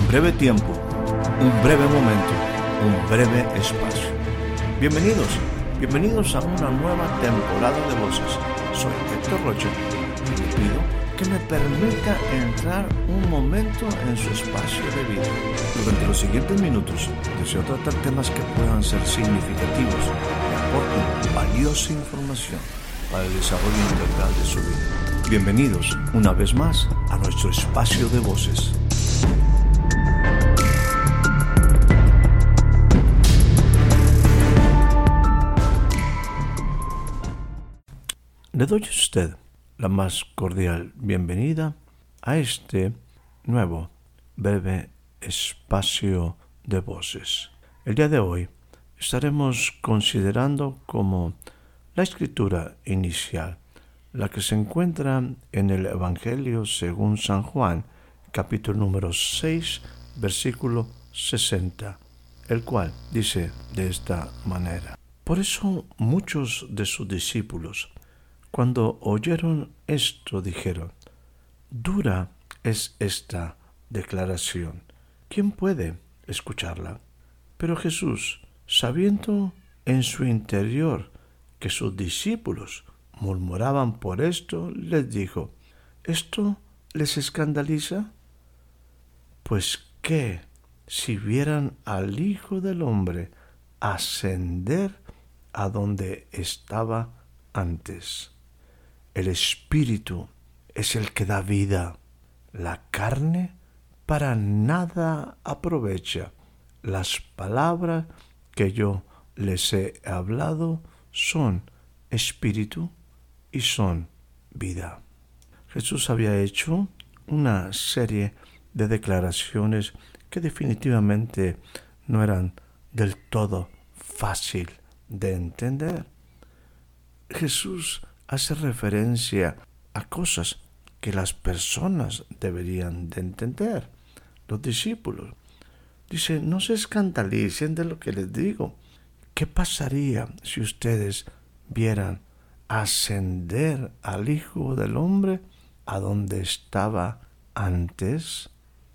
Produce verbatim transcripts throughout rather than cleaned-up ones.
breve tiempo, un breve momento, un breve espacio. Bienvenidos, bienvenidos a una nueva temporada de Voces. Soy Héctor Rocha y le pido que me permita entrar un momento en su espacio de vida. Durante los siguientes minutos deseo tratar temas que puedan ser significativos y aporten valiosa información para el desarrollo integral de su vida. Bienvenidos una vez más a nuestro espacio de Voces. Le doy a usted la más cordial bienvenida a este nuevo breve espacio de Voces. El día de hoy estaremos considerando como la escritura inicial, la que se encuentra en el Evangelio según San Juan, capítulo número seis, versículo sesenta, el cual dice de esta manera: Por eso muchos de sus discípulos, cuando oyeron esto, dijeron: dura es esta declaración, ¿quién puede escucharla? Pero Jesús, sabiendo en su interior que sus discípulos murmuraban por esto, les dijo: ¿esto les escandaliza? Pues qué si vieran al Hijo del Hombre ascender a donde estaba antes. El Espíritu es el que da vida. La carne para nada aprovecha. Las palabras que yo les he hablado son espíritu y son vida. Jesús había hecho una serie de declaraciones que definitivamente no eran del todo fácil de entender. Jesús hace referencia a cosas que las personas deberían de entender, los discípulos. Dice: no se escandalicen de lo que les digo. ¿Qué pasaría si ustedes vieran ascender al Hijo del Hombre a donde estaba antes?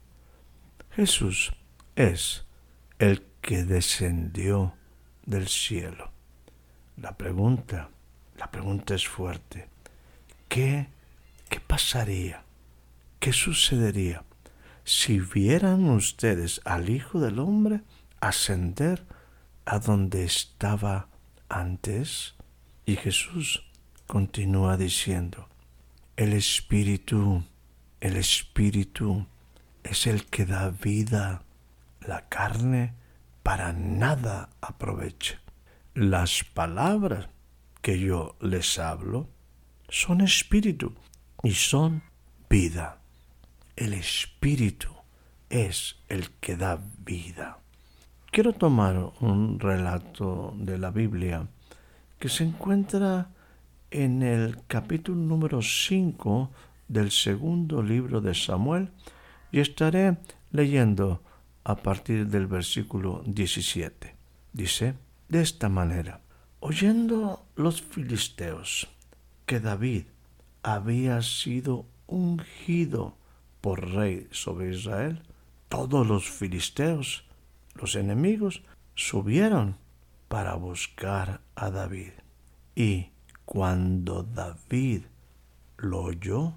Jesús es el que descendió del cielo. La pregunta, la pregunta es fuerte. ¿Qué, qué pasaría? ¿Qué sucedería si vieran ustedes al Hijo del Hombre ascender a donde estaba antes? Y Jesús continúa diciendo: el Espíritu, el Espíritu es el que da vida. La carne para nada aprovecha. Las palabras que yo les hablo son espíritu y son vida. El Espíritu es el que da vida. Quiero tomar un relato de la Biblia que se encuentra en el capítulo número cinco del segundo libro de Samuel, y estaré leyendo a partir del versículo diecisiete. Dice de esta manera: oyendo los filisteos que David había sido ungido por rey sobre Israel, todos los filisteos, los enemigos, subieron para buscar a David. Y cuando David lo oyó,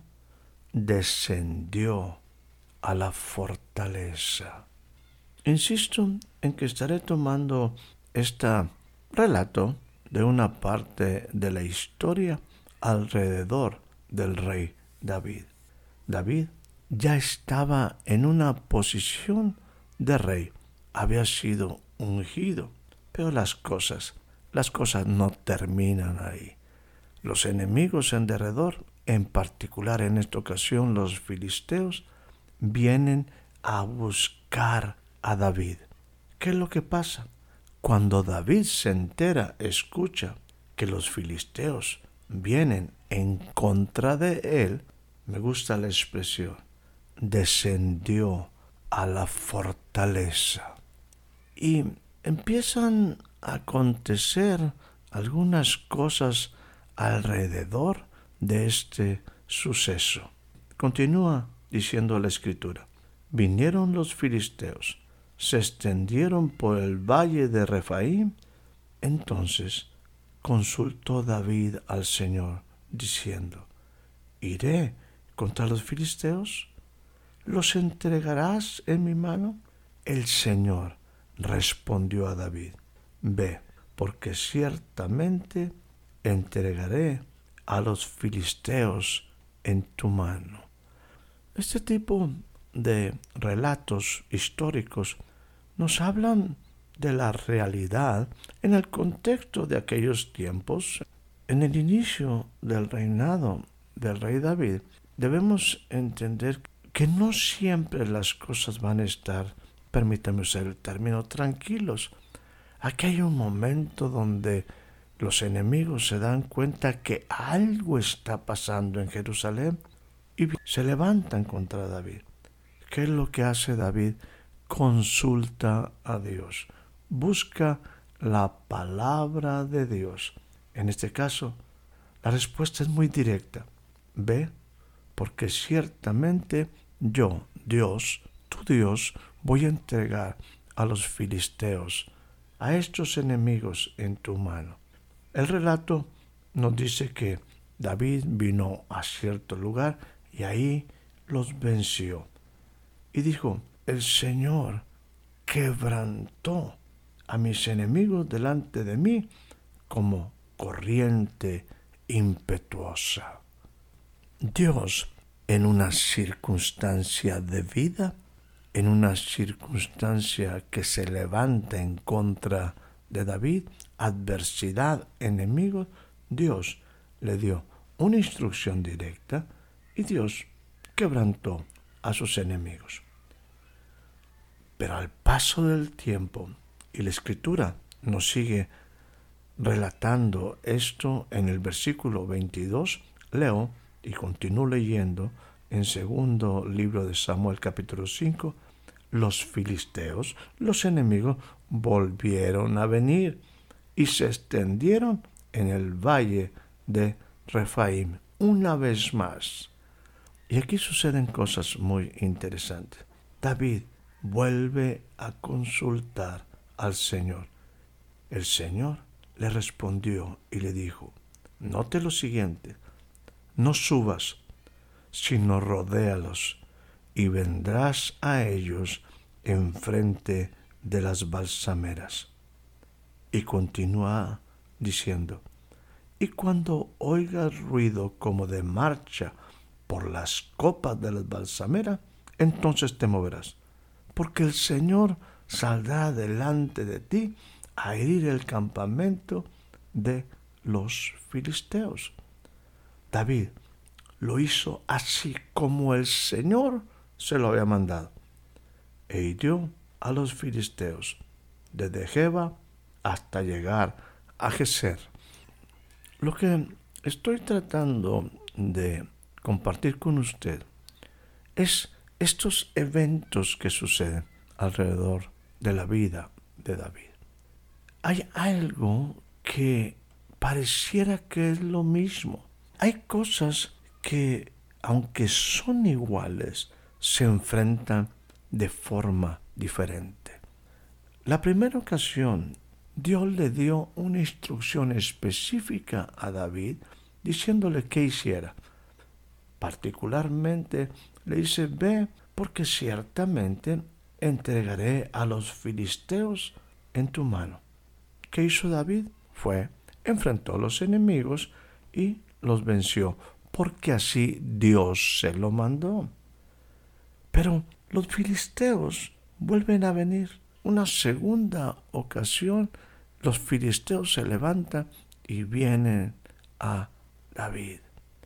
descendió a la fortaleza. Insisto en que estaré tomando este relato de una parte de la historia alrededor del rey David. David ya estaba en una posición de rey, había sido ungido, pero las cosas, las cosas no terminan ahí. Los enemigos en derredor, en particular en esta ocasión los filisteos, vienen a buscar a David. ¿Qué es lo que pasa? Cuando David se entera, escucha que los filisteos vienen en contra de él, me gusta la expresión, descendió a la fortaleza. Y empiezan a acontecer algunas cosas alrededor de este suceso. Continúa diciendo la Escritura: vinieron los filisteos, se extendieron por el valle de Refaim. Entonces consultó David al Señor, diciendo: ¿Iré contra los filisteos? ¿Los entregarás en mi mano? El Señor respondió a David: Ve, porque ciertamente entregaré a los filisteos en tu mano. Este tipo de relatos históricos nos hablan de la realidad en el contexto de aquellos tiempos. En el inicio del reinado del rey David, debemos entender que no siempre las cosas van a estar, permítame usar el término, tranquilos. Aquí hay un momento donde los enemigos se dan cuenta que algo está pasando en Jerusalén y se levantan contra David. ¿Qué es lo que hace David? Consulta a Dios, busca la palabra de Dios. En este caso, la respuesta es muy directa: ve, porque ciertamente yo, Dios, tu Dios, voy a entregar a los filisteos, a estos enemigos en tu mano. El relato nos dice que David vino a cierto lugar y ahí los venció. Y dijo: el Señor quebrantó a mis enemigos delante de mí como corriente impetuosa. Dios, en una circunstancia de vida, en una circunstancia que se levanta en contra de David, adversidad, enemigos, Dios le dio una instrucción directa y Dios quebrantó a sus enemigos. Pero al paso del tiempo, y la Escritura nos sigue relatando esto en el versículo veintidós, leo y continúo leyendo en segundo libro de Samuel capítulo cinco, los filisteos, los enemigos, volvieron a venir y se extendieron en el valle de Refaim una vez más. Y aquí suceden cosas muy interesantes. David vuelve a consultar al Señor. El Señor le respondió y le dijo: note lo siguiente, no subas, sino rodéalos, y vendrás a ellos enfrente de las balsameras. Y continúa diciendo: y cuando oigas ruido como de marcha por las copas de las balsameras, entonces te moverás, porque el Señor saldrá delante de ti a herir el campamento de los filisteos. David lo hizo así como el Señor se lo había mandado, e hirió a los filisteos desde Geba hasta llegar a Geser. Lo que estoy tratando de compartir con usted es estos eventos que suceden alrededor de la vida de David. Hay algo que pareciera que es lo mismo. Hay cosas que, aunque son iguales, se enfrentan de forma diferente. La primera ocasión, Dios le dio una instrucción específica a David, diciéndole qué hiciera. Particularmente le dice: ve, porque ciertamente entregaré a los filisteos en tu mano. ¿Qué hizo David? Fue, enfrentó a los enemigos y los venció, porque así Dios se lo mandó. Pero los filisteos vuelven a venir. Una segunda ocasión, los filisteos se levantan y vienen a David.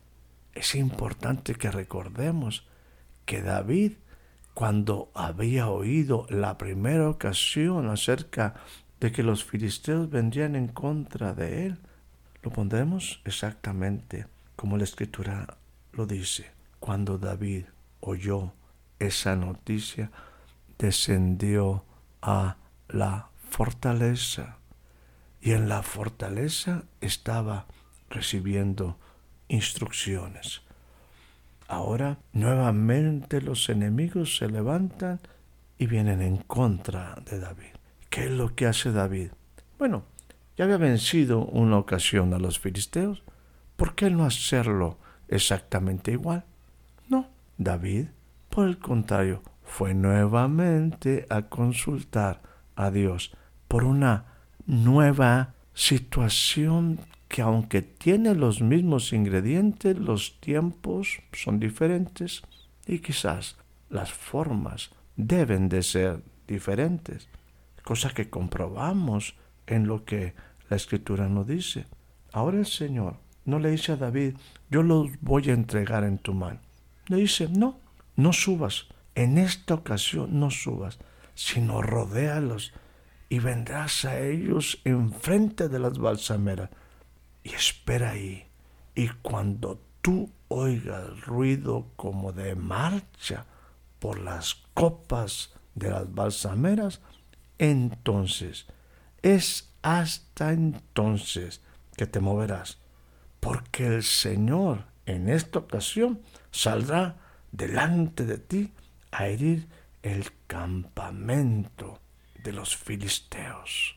Es importante que recordemos que David, cuando había oído la primera ocasión acerca de que los filisteos vendrían en contra de él, lo pondremos exactamente como la Escritura lo dice. Cuando David oyó esa noticia, descendió a la fortaleza, y en la fortaleza estaba recibiendo instrucciones. Ahora nuevamente los enemigos se levantan y vienen en contra de David. ¿Qué es lo que hace David? Bueno, ya había vencido una ocasión a los filisteos. ¿Por qué no hacerlo exactamente igual? No, David, por el contrario, fue nuevamente a consultar a Dios por una nueva situación que, aunque tiene los mismos ingredientes, los tiempos son diferentes y quizás las formas deben de ser diferentes, cosa que comprobamos en lo que la Escritura nos dice. Ahora el Señor no le dice a David, yo los voy a entregar en tu mano. Le dice, no, no subas, en esta ocasión no subas, sino rodéalos y vendrás a ellos enfrente de las balsameras y espera ahí. Y cuando tú oigas ruido como de marcha por las copas de las balsameras, entonces, es hasta entonces que te moverás, porque el Señor en esta ocasión saldrá delante de ti a herir el campamento de los filisteos.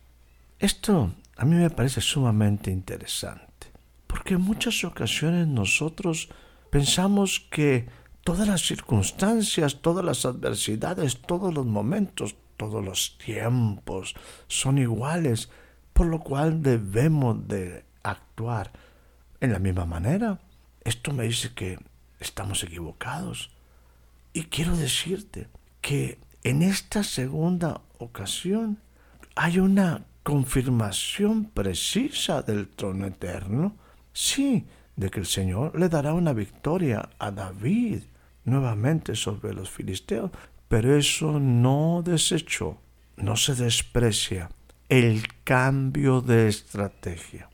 Esto a mí me parece sumamente interesante, porque en muchas ocasiones nosotros pensamos que todas las circunstancias, todas las adversidades, todos los momentos, todos los tiempos son iguales, por lo cual debemos de actuar en la misma manera. Esto me dice que estamos equivocados. Y quiero decirte que en esta segunda ocasión hay una confirmación precisa del trono eterno. Sí, de que el Señor le dará una victoria a David nuevamente sobre los filisteos, pero eso no desechó, no se desprecia el cambio de estrategia.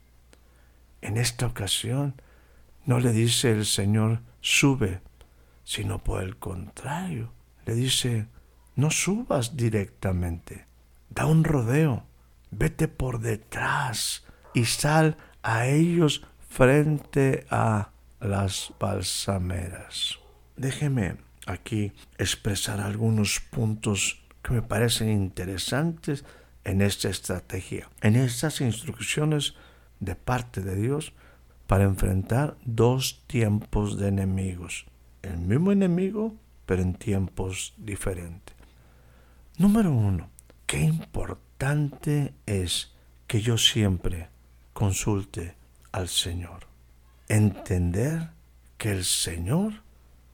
En esta ocasión no le dice el Señor, sube, sino por el contrario, le dice, no subas directamente, da un rodeo, vete por detrás y sal a ellos frente a las balsameras. Déjeme aquí expresar algunos puntos que me parecen interesantes en esta estrategia, en estas instrucciones de parte de Dios para enfrentar dos tiempos de enemigos. El mismo enemigo, pero en tiempos diferentes. Número uno, qué importante es que yo siempre consulte al Señor. Entender que el Señor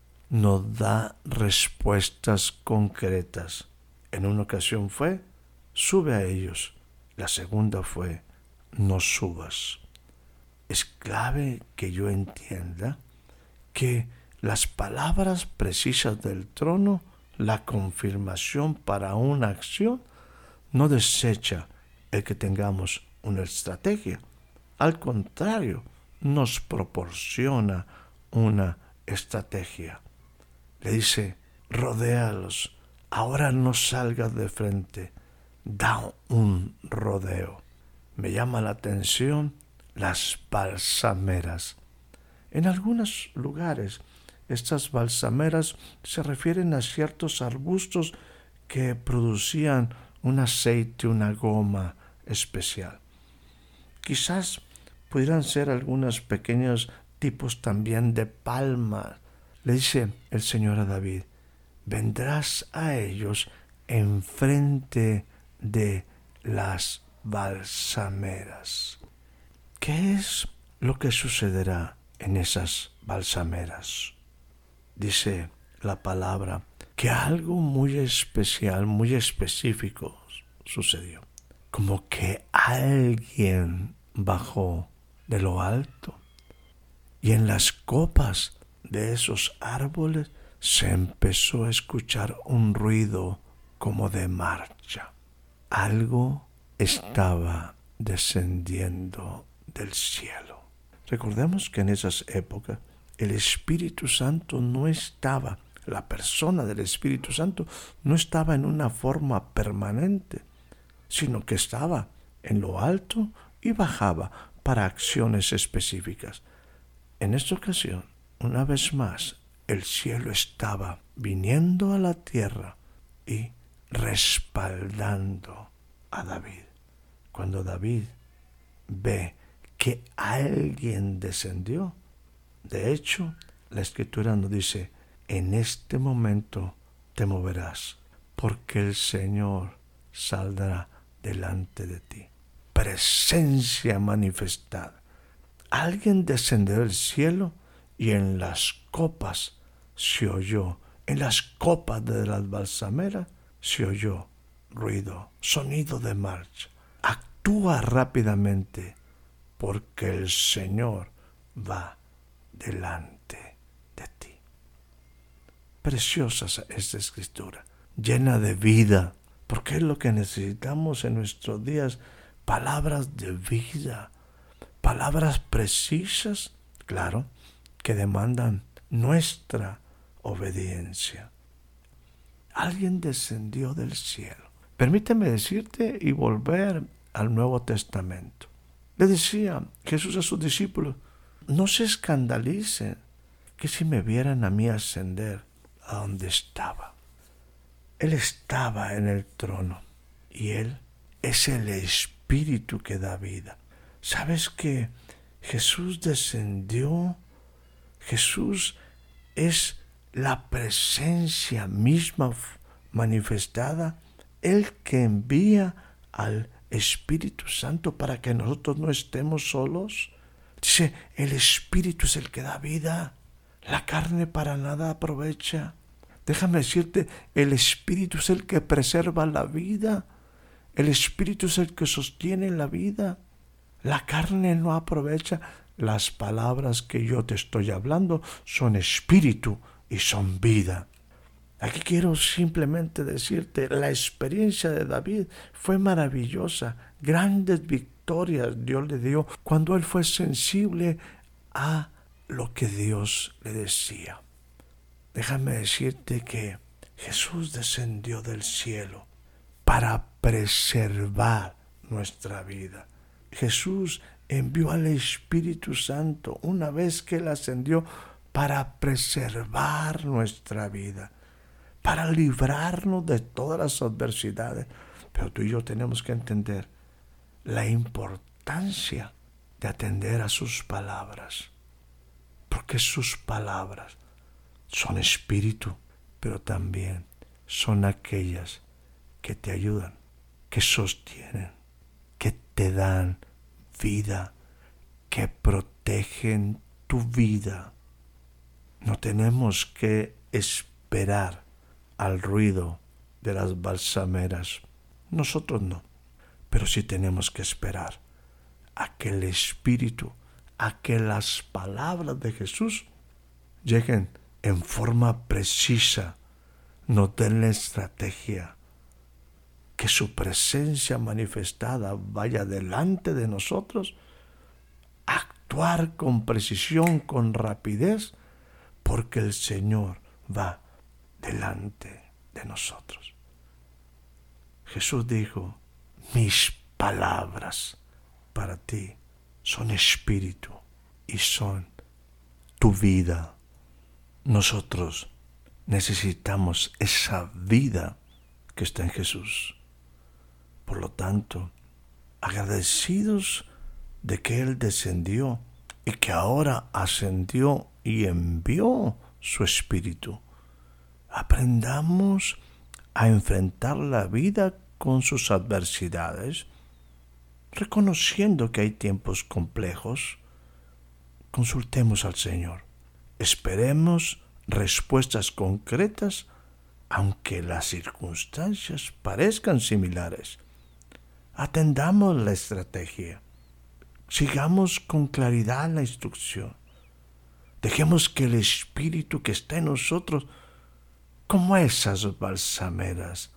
nos da respuestas concretas. En una ocasión fue, sube a ellos. La segunda fue, no subas. Es clave que yo entienda que las palabras precisas del trono, la confirmación para una acción, no desecha el que tengamos una estrategia. Al contrario, nos proporciona una estrategia. Le dice, rodéalos, ahora no salgas de frente, da un rodeo. Me llama la atención las balsameras. En algunos lugares, estas balsameras se refieren a ciertos arbustos que producían un aceite, una goma especial. Quizás pudieran ser algunos pequeños tipos también de palmas. Le dice el Señor a David, vendrás a ellos enfrente de las balsameras. ¿Qué es lo que sucederá en esas balsameras? Dice la palabra que algo muy especial, muy específico sucedió. Como que alguien bajó de lo alto y en las copas de esos árboles se empezó a escuchar un ruido como de marcha. Algo estaba descendiendo del cielo. Recordemos que en esas épocas el Espíritu Santo no estaba, la persona del Espíritu Santo no estaba en una forma permanente, sino que estaba en lo alto y bajaba para acciones específicas. En esta ocasión, una vez más, el cielo estaba viniendo a la tierra y respaldando a David. Cuando David ve que alguien descendió, de hecho, la Escritura nos dice, en este momento te moverás, porque el Señor saldrá delante de ti. Presencia manifestada. Alguien descendió del cielo y en las copas se oyó, en las copas de las balsameras se oyó ruido, sonido de marcha. Actúa rápidamente porque el Señor va delante de ti. Preciosa es esta escritura, llena de vida, porque es lo que necesitamos en nuestros días, palabras de vida, palabras precisas, claro, que demandan nuestra obediencia. Alguien descendió del cielo. Permíteme decirte y volver al Nuevo Testamento. Le decía Jesús a sus discípulos, no se escandalicen que si me vieran a mí ascender a donde estaba. Él estaba en el trono y Él es el Espíritu que da vida. ¿Sabes que Jesús descendió? Jesús es la presencia misma manifestada, el que envía al Espíritu Santo para que nosotros no estemos solos. Dice, el Espíritu es el que da vida, la carne para nada aprovecha. Déjame decirte, el Espíritu es el que preserva la vida, el Espíritu es el que sostiene la vida. La carne no aprovecha. Las palabras que yo te estoy hablando son espíritu y son vida. Aquí quiero simplemente decirte, la experiencia de David fue maravillosa. Grandes victorias Dios le dio cuando él fue sensible a lo que Dios le decía. Déjame decirte que Jesús descendió del cielo para preservar nuestra vida. Jesús envió al Espíritu Santo una vez que Él ascendió para preservar nuestra vida, para librarnos de todas las adversidades. Pero tú y yo tenemos que entender la importancia de atender a sus palabras, porque sus palabras son espíritu, pero también son aquellas que te ayudan, que sostienen, que te dan vida, que protegen tu vida. No tenemos que esperar al ruido de las balsameras. Nosotros no, pero sí tenemos que esperar a que el Espíritu, a que las palabras de Jesús lleguen en forma precisa, nos den la estrategia, que su presencia manifestada vaya delante de nosotros, actuar con precisión, con rapidez, porque el Señor va delante de nosotros. Jesús dijo, mis palabras para ti son espíritu y son tu vida. Nosotros necesitamos esa vida que está en Jesús. Por lo tanto, agradecidos de que Él descendió y que ahora ascendió y envió su Espíritu, aprendamos a enfrentar la vida con sus adversidades, reconociendo que hay tiempos complejos. Consultemos al Señor. Esperemos respuestas concretas, aunque las circunstancias parezcan similares. Atendamos la estrategia. Sigamos con claridad la instrucción. Dejemos que el Espíritu que está en nosotros, como esas balsameras,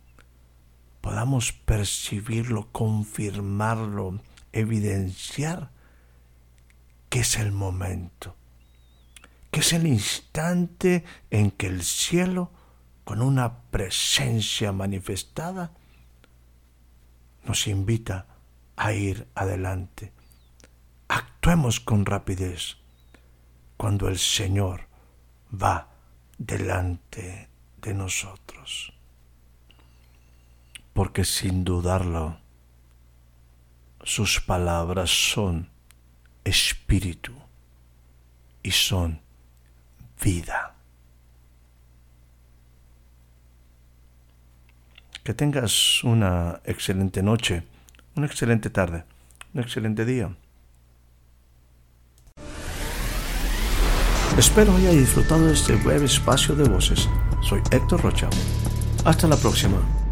podamos percibirlo, confirmarlo, evidenciar que es el momento, que es el instante en que el cielo, con una presencia manifestada, nos invita a ir adelante. Actuemos con rapidez. cuando el Señor va delante de nosotros. Porque sin dudarlo, sus palabras son espíritu y son vida. Que tengas una excelente noche, una excelente tarde, un excelente día. Espero haya disfrutado de este breve espacio de voces. Soy Héctor Rocha. Hasta la próxima.